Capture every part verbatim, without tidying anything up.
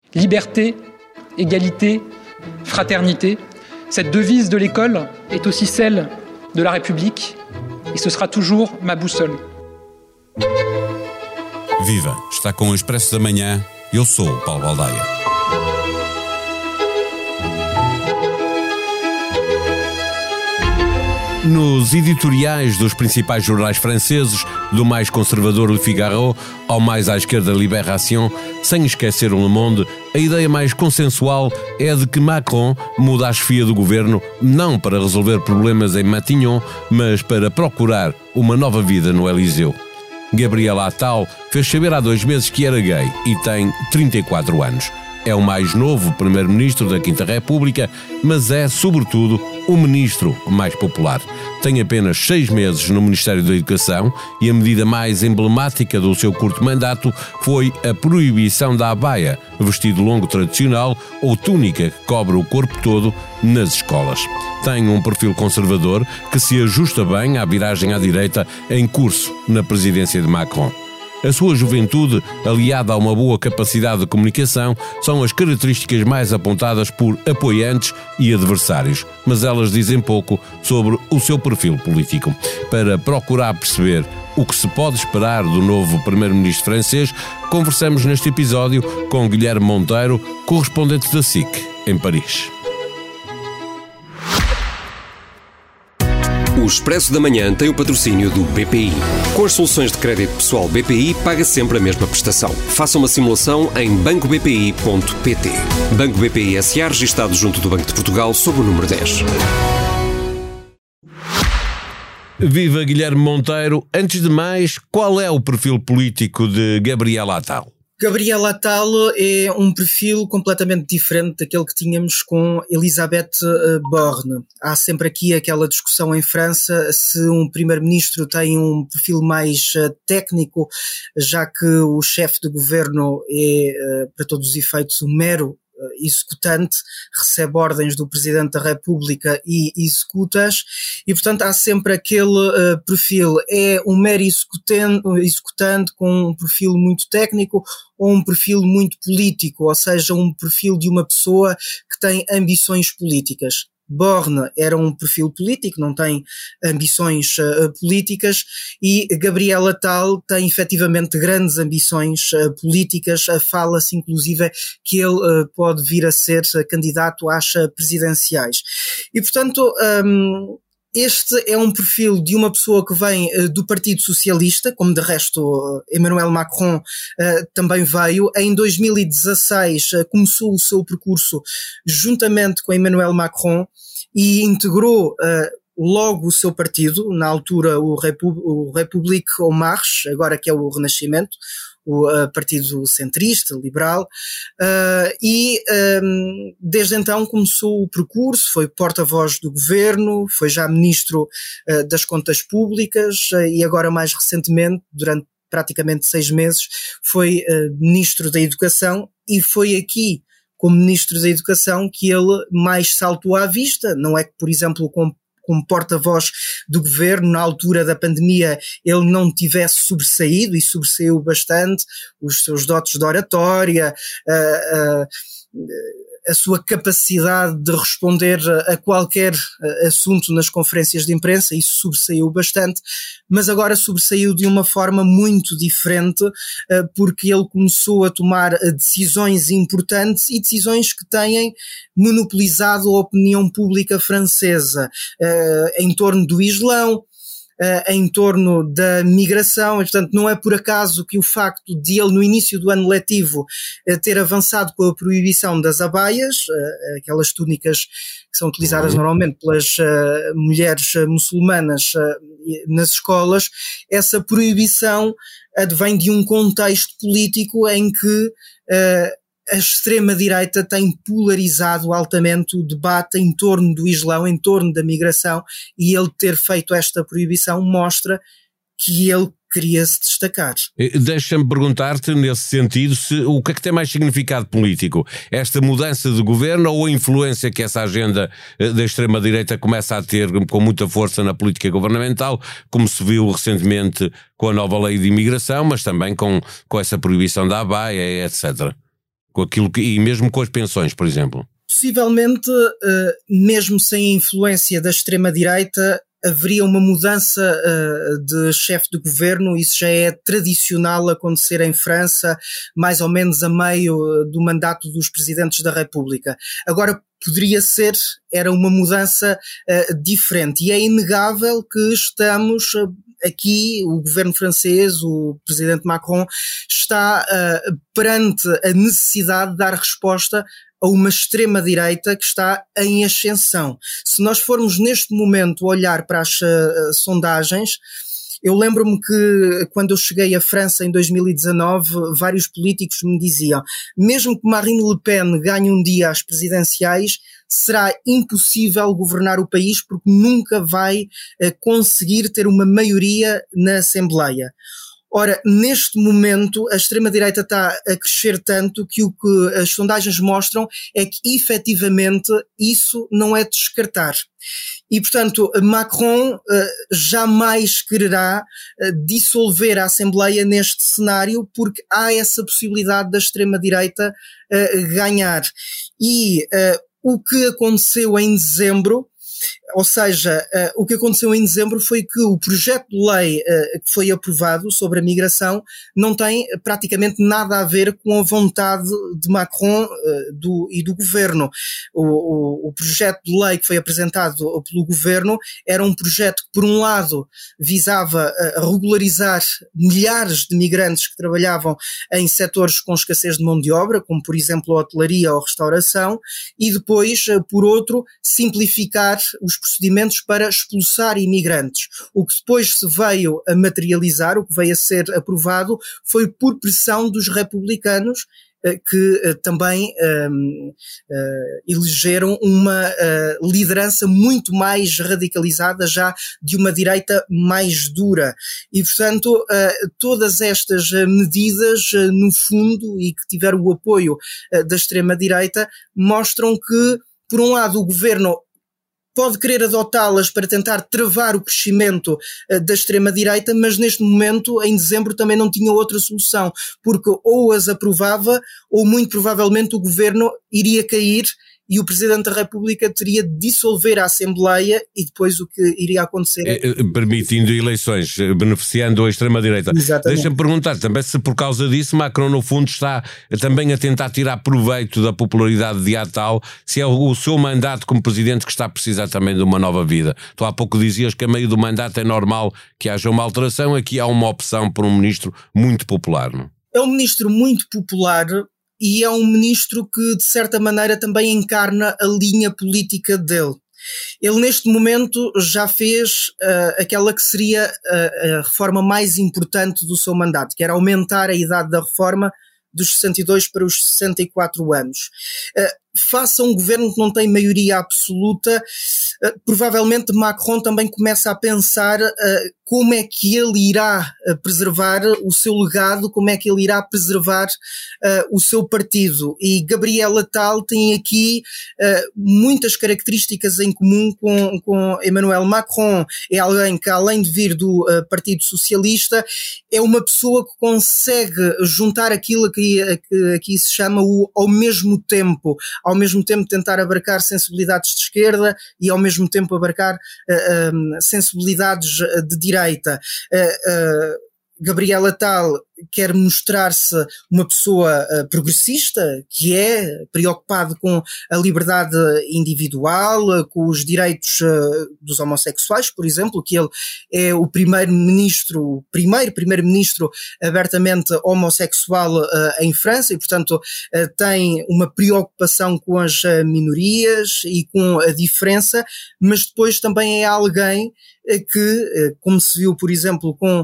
Liberté, égalité, fraternité. Cette devise de l'école est aussi celle de la République et ce sera toujours ma boussole. Viva! Está com o Expresso da Manhã. Eu sou o Paulo Baldaia. Nos editoriais dos principais jornais franceses, do mais conservador Le Figaro ao mais à esquerda Libération, sem esquecer o Le Monde, a ideia mais consensual é a de que Macron muda a chefia do governo não para resolver problemas em Matignon, mas para procurar uma nova vida no Élysée. Gabriel Attal fez saber há dois meses que era gay e tem trinta e quatro anos. É o mais novo primeiro-ministro da Quinta República, mas é, sobretudo, o ministro mais popular. Tem apenas seis meses no Ministério da Educação e a medida mais emblemática do seu curto mandato foi a proibição da abaia, vestido longo tradicional ou túnica que cobre o corpo todo nas escolas. Tem um perfil conservador que se ajusta bem à viragem à direita em curso na presidência de Macron. A sua juventude, aliada a uma boa capacidade de comunicação, são as características mais apontadas por apoiantes e adversários, mas elas dizem pouco sobre o seu perfil político. Para procurar perceber o que se pode esperar do novo primeiro-ministro francês, conversamos neste episódio com Guilherme Monteiro, correspondente da S I C, em Paris. O Expresso da Manhã tem o patrocínio do B P I. Com as soluções de crédito pessoal B P I, paga sempre a mesma prestação. Faça uma simulação em banco b p i ponto p t. Banco B P I S A, registado junto do Banco de Portugal, sob o número dez. Viva Guilherme Monteiro. Antes de mais, qual é o perfil político de Gabriel Attal? Gabriel Attal é um perfil completamente diferente daquele que tínhamos com Elisabeth Borne. Há sempre aqui aquela discussão em França se um primeiro-ministro tem um perfil mais técnico, já que o chefe de governo é, para todos os efeitos, um mero executante, recebe ordens do Presidente da República e executa-as, e portanto há sempre aquele uh, perfil, é um mero executante, executante com um perfil muito técnico ou um perfil muito político, ou seja, um perfil de uma pessoa que tem ambições políticas. Borne era um perfil político, não tem ambições uh, políticas, e Gabriel Attal tem efetivamente grandes ambições uh, políticas. Uh, fala-se inclusive que ele uh, pode vir a ser uh, candidato às uh, presidenciais. E portanto um, este é um perfil de uma pessoa que vem uh, do Partido Socialista, como de resto uh, Emmanuel Macron uh, também veio. Em dois mil e dezasseis uh, começou o seu percurso juntamente com Emmanuel Macron e integrou uh, logo o seu partido, na altura o, Repu- o République en Marche, agora que é o Renascimento, o uh, partido centrista, liberal, uh, e um, desde então começou o percurso, foi porta-voz do governo, foi já ministro uh, das Contas Públicas uh, e agora mais recentemente, durante praticamente seis meses, foi uh, ministro da Educação, e foi aqui, como ministro da Educação, que ele mais saltou à vista. Não é que, por exemplo, com como porta-voz do governo, na altura da pandemia, ele não tivesse sobressaído, e sobressaiu bastante, os seus dotes de oratória, a, a, a sua capacidade de responder a qualquer assunto nas conferências de imprensa, isso sobressaiu bastante, mas agora sobressaiu de uma forma muito diferente, porque ele começou a tomar decisões importantes e decisões que têm monopolizado a opinião pública francesa, em torno do Islão, Uh, em torno da migração, e portanto não é por acaso que o facto de ele no início do ano letivo uh, ter avançado com a proibição das abaias, uh, aquelas túnicas que são utilizadas normalmente pelas uh, mulheres uh, muçulmanas uh, nas escolas, essa proibição advém de um contexto político em que uh, a extrema-direita tem polarizado altamente o debate em torno do Islão, em torno da migração, e ele ter feito esta proibição mostra que ele queria se destacar. Deixa-me perguntar-te, nesse sentido, se, o que é que tem mais significado político? Esta mudança de governo ou a influência que essa agenda da extrema-direita começa a ter com muita força na política governamental, como se viu recentemente com a nova lei de imigração, mas também com, com essa proibição da abaia, etcétera? com aquilo que, e mesmo com as pensões, por exemplo? Possivelmente, mesmo sem a influência da extrema-direita, haveria uma mudança uh, de chefe de governo. Isso já é tradicional acontecer em França, mais ou menos a meio do mandato dos presidentes da República. Agora, poderia ser, era uma mudança uh, diferente, e é inegável que estamos uh, aqui, o governo francês, o presidente Macron, está uh, perante a necessidade de dar resposta a uma extrema-direita que está em ascensão. Se nós formos neste momento olhar para as uh, sondagens, eu lembro-me que quando eu cheguei à França em dois mil e dezanove, vários políticos me diziam, mesmo que Marine Le Pen ganhe um dia as presidenciais, será impossível governar o país porque nunca vai uh, conseguir ter uma maioria na Assembleia. Ora, neste momento, a extrema-direita está a crescer tanto que o que as sondagens mostram é que, efetivamente, isso não é de descartar. E, portanto, Macron uh, jamais quererá uh, dissolver a Assembleia neste cenário, porque há essa possibilidade da extrema-direita uh, ganhar. E uh, o que aconteceu em dezembro, ou seja, uh, o que aconteceu em dezembro foi que o projeto de lei uh, que foi aprovado sobre a migração não tem praticamente nada a ver com a vontade de Macron uh, do, e do governo. O, o, o projeto de lei que foi apresentado pelo governo era um projeto que, por um lado, visava uh, regularizar milhares de migrantes que trabalhavam em setores com escassez de mão de obra, como, por exemplo, a hotelaria ou a restauração, e depois, uh, por outro, simplificar os procedimentos para expulsar imigrantes. O que depois se veio a materializar, o que veio a ser aprovado, foi por pressão dos republicanos, que também um, uh, elegeram uma uh, liderança muito mais radicalizada, já de uma direita mais dura. E, portanto, uh, todas estas medidas, uh, no fundo, e que tiveram o apoio uh, da extrema-direita, mostram que, por um lado, o governo pode querer adotá-las para tentar travar o crescimento uh, da extrema-direita, mas neste momento, em dezembro, também não tinha outra solução, porque ou as aprovava, ou muito provavelmente o governo iria cair e o Presidente da República teria de dissolver a Assembleia e depois o que iria acontecer... É, permitindo eleições, beneficiando a extrema-direita. Deixa-me perguntar também se por causa disso Macron no fundo está também a tentar tirar proveito da popularidade de Attal, se é o seu mandato como Presidente que está a precisar também de uma nova vida. Tu há pouco dizias que a meio do mandato é normal que haja uma alteração, aqui há uma opção por um ministro muito popular, não? É um ministro muito popular... E é um ministro que, de certa maneira, também encarna a linha política dele. Ele, neste momento, já fez uh, aquela que seria uh, a reforma mais importante do seu mandato, que era aumentar a idade da reforma dos sessenta e dois para os sessenta e quatro anos. Uh, face a um governo que não tem maioria absoluta, uh, provavelmente Macron também começa a pensar uh, como é que ele irá uh, preservar o seu legado, como é que ele irá preservar uh, o seu partido. E Gabriel Attal tem aqui uh, muitas características em comum com, com Emmanuel Macron. É alguém que, além de vir do uh, Partido Socialista, é uma pessoa que consegue juntar aquilo que, que aqui se chama o ao mesmo tempo, ao mesmo tempo tentar abarcar sensibilidades de esquerda e ao mesmo tempo abarcar uh, um, sensibilidades de direita. Uh, uh, Gabriel Attal quer mostrar-se uma pessoa uh, progressista, que é preocupado com a liberdade individual, uh, com os direitos uh, dos homossexuais, por exemplo, que ele é o primeiro-ministro, o primeiro primeiro-ministro abertamente homossexual uh, em França e, portanto, uh, tem uma preocupação com as uh, minorias e com a diferença, mas depois também é alguém uh, que, uh, como se viu, por exemplo, com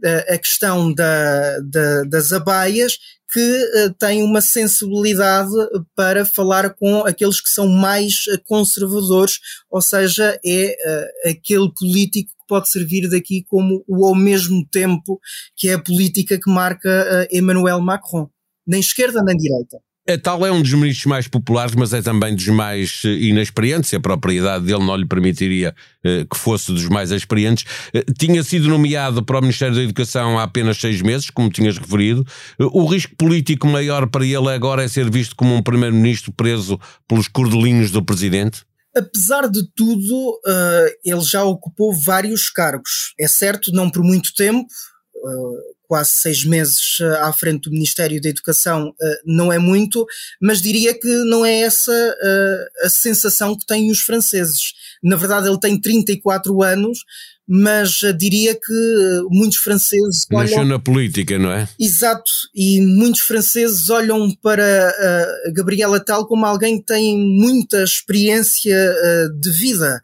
a questão da, da, das abaias, que uh, tem uma sensibilidade para falar com aqueles que são mais conservadores, ou seja, é uh, aquele político que pode servir daqui como o ao mesmo tempo, que é a política que marca uh, Emmanuel Macron, nem esquerda nem direita. A tal é um dos ministros mais populares, mas é também dos mais inexperientes, a propriedade dele não lhe permitiria uh, que fosse dos mais experientes. Uh, tinha sido nomeado para o Ministério da Educação há apenas seis meses, como tinhas referido. Uh, o risco político maior para ele agora é ser visto como um primeiro-ministro preso pelos cordelinhos do presidente? Apesar de tudo, uh, ele já ocupou vários cargos. É certo, não por muito tempo, uh, quase seis meses à frente do Ministério da Educação não é muito, mas diria que não é essa a sensação que têm os franceses. Na verdade ele tem trinta e quatro anos, mas diria que muitos franceses olham... Nasceu na política, não é? Exato, e muitos franceses olham para uh, Gabriel Attal como alguém que tem muita experiência uh, de vida.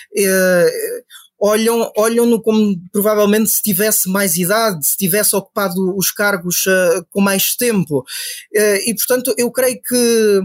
Uh, Olham, olham-no como provavelmente se tivesse mais idade, se tivesse ocupado os cargos uh, com mais tempo. Uh, e, portanto, eu creio que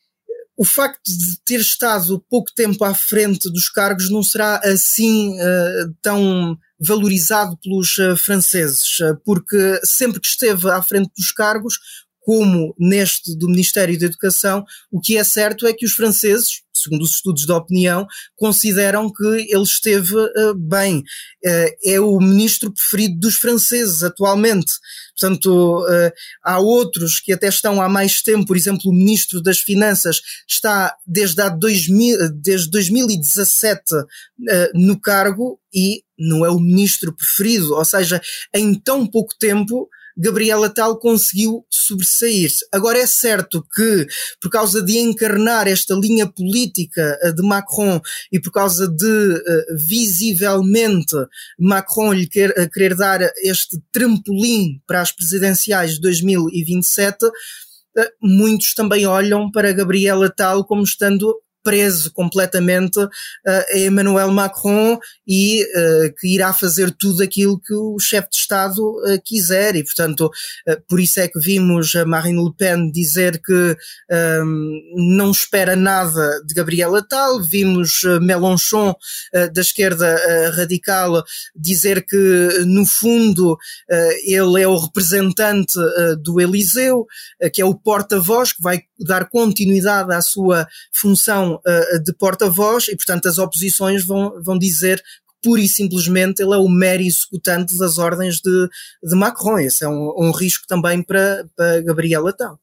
o facto de ter estado pouco tempo à frente dos cargos não será assim uh, tão valorizado pelos uh, franceses, uh, porque sempre que esteve à frente dos cargos, como neste do Ministério da Educação, o que é certo é que os franceses, segundo os estudos de opinião, consideram que ele esteve uh, bem. Uh, é o ministro preferido dos franceses atualmente. Portanto, uh, há outros que até estão há mais tempo, por exemplo, o ministro das Finanças está desde, há dois mil, desde dois mil e dezassete uh, no cargo e não é o ministro preferido. Ou seja, em tão pouco tempo, Gabriel Attal conseguiu sobressair-se. Agora é certo que, por causa de encarnar esta linha política de Macron e por causa de, uh, visivelmente, Macron lhe quer, uh, querer dar este trampolim para as presidenciais de dois mil e vinte e sete, uh, muitos também olham para Gabriel Attal como estando preso completamente uh, a Emmanuel Macron e uh, que irá fazer tudo aquilo que o chefe de Estado uh, quiser e, portanto, uh, por isso é que vimos a Marine Le Pen dizer que um, não espera nada de Gabriel Attal, vimos uh, Mélenchon uh, da esquerda uh, radical dizer que, no fundo, uh, ele é o representante uh, do Eliseu, uh, que é o porta-voz, que vai dar continuidade à sua função de porta-voz e, portanto, as oposições vão, vão dizer que pura e simplesmente ele é o mero executante das ordens de, de Macron. Esse é um, um risco também para, para Gabriel Attal.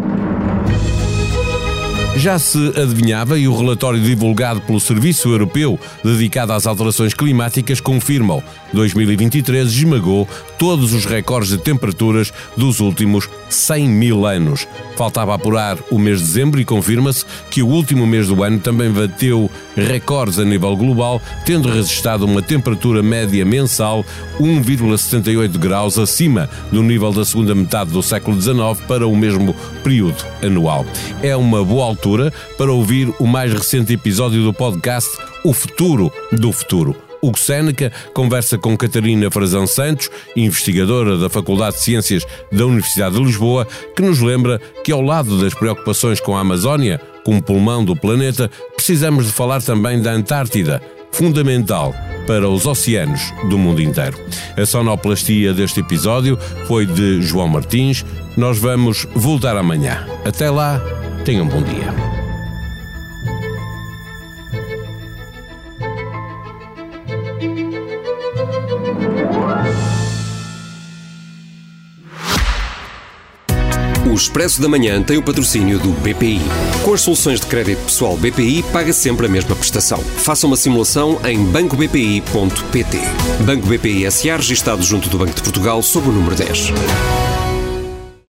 Já se adivinhava e o relatório divulgado pelo Serviço Europeu dedicado às alterações climáticas confirma-o. dois mil e vinte e três esmagou todos os recordes de temperaturas dos últimos cem mil anos. Faltava apurar o mês de dezembro e confirma-se que o último mês do ano também bateu recordes a nível global, tendo registrado uma temperatura média mensal um vírgula setenta e oito graus acima do nível da segunda metade do século dezenove para o mesmo período anual. É uma boa altura para ouvir o mais recente episódio do podcast O Futuro do Futuro. Hugo Seneca conversa com Catarina Frazão Santos, investigadora da Faculdade de Ciências da Universidade de Lisboa, que nos lembra que, ao lado das preocupações com a Amazónia, como pulmão do planeta, precisamos de falar também da Antártida, fundamental para os oceanos do mundo inteiro. A sonoplastia deste episódio foi de João Martins. Nós vamos voltar amanhã. Até lá, tenham um bom dia. O Expresso da Manhã tem o patrocínio do B P I. Com as soluções de crédito pessoal B P I, paga sempre a mesma prestação. Faça uma simulação em banco b p i ponto p t. Banco B P I S A, registado junto do Banco de Portugal, sob o número dez.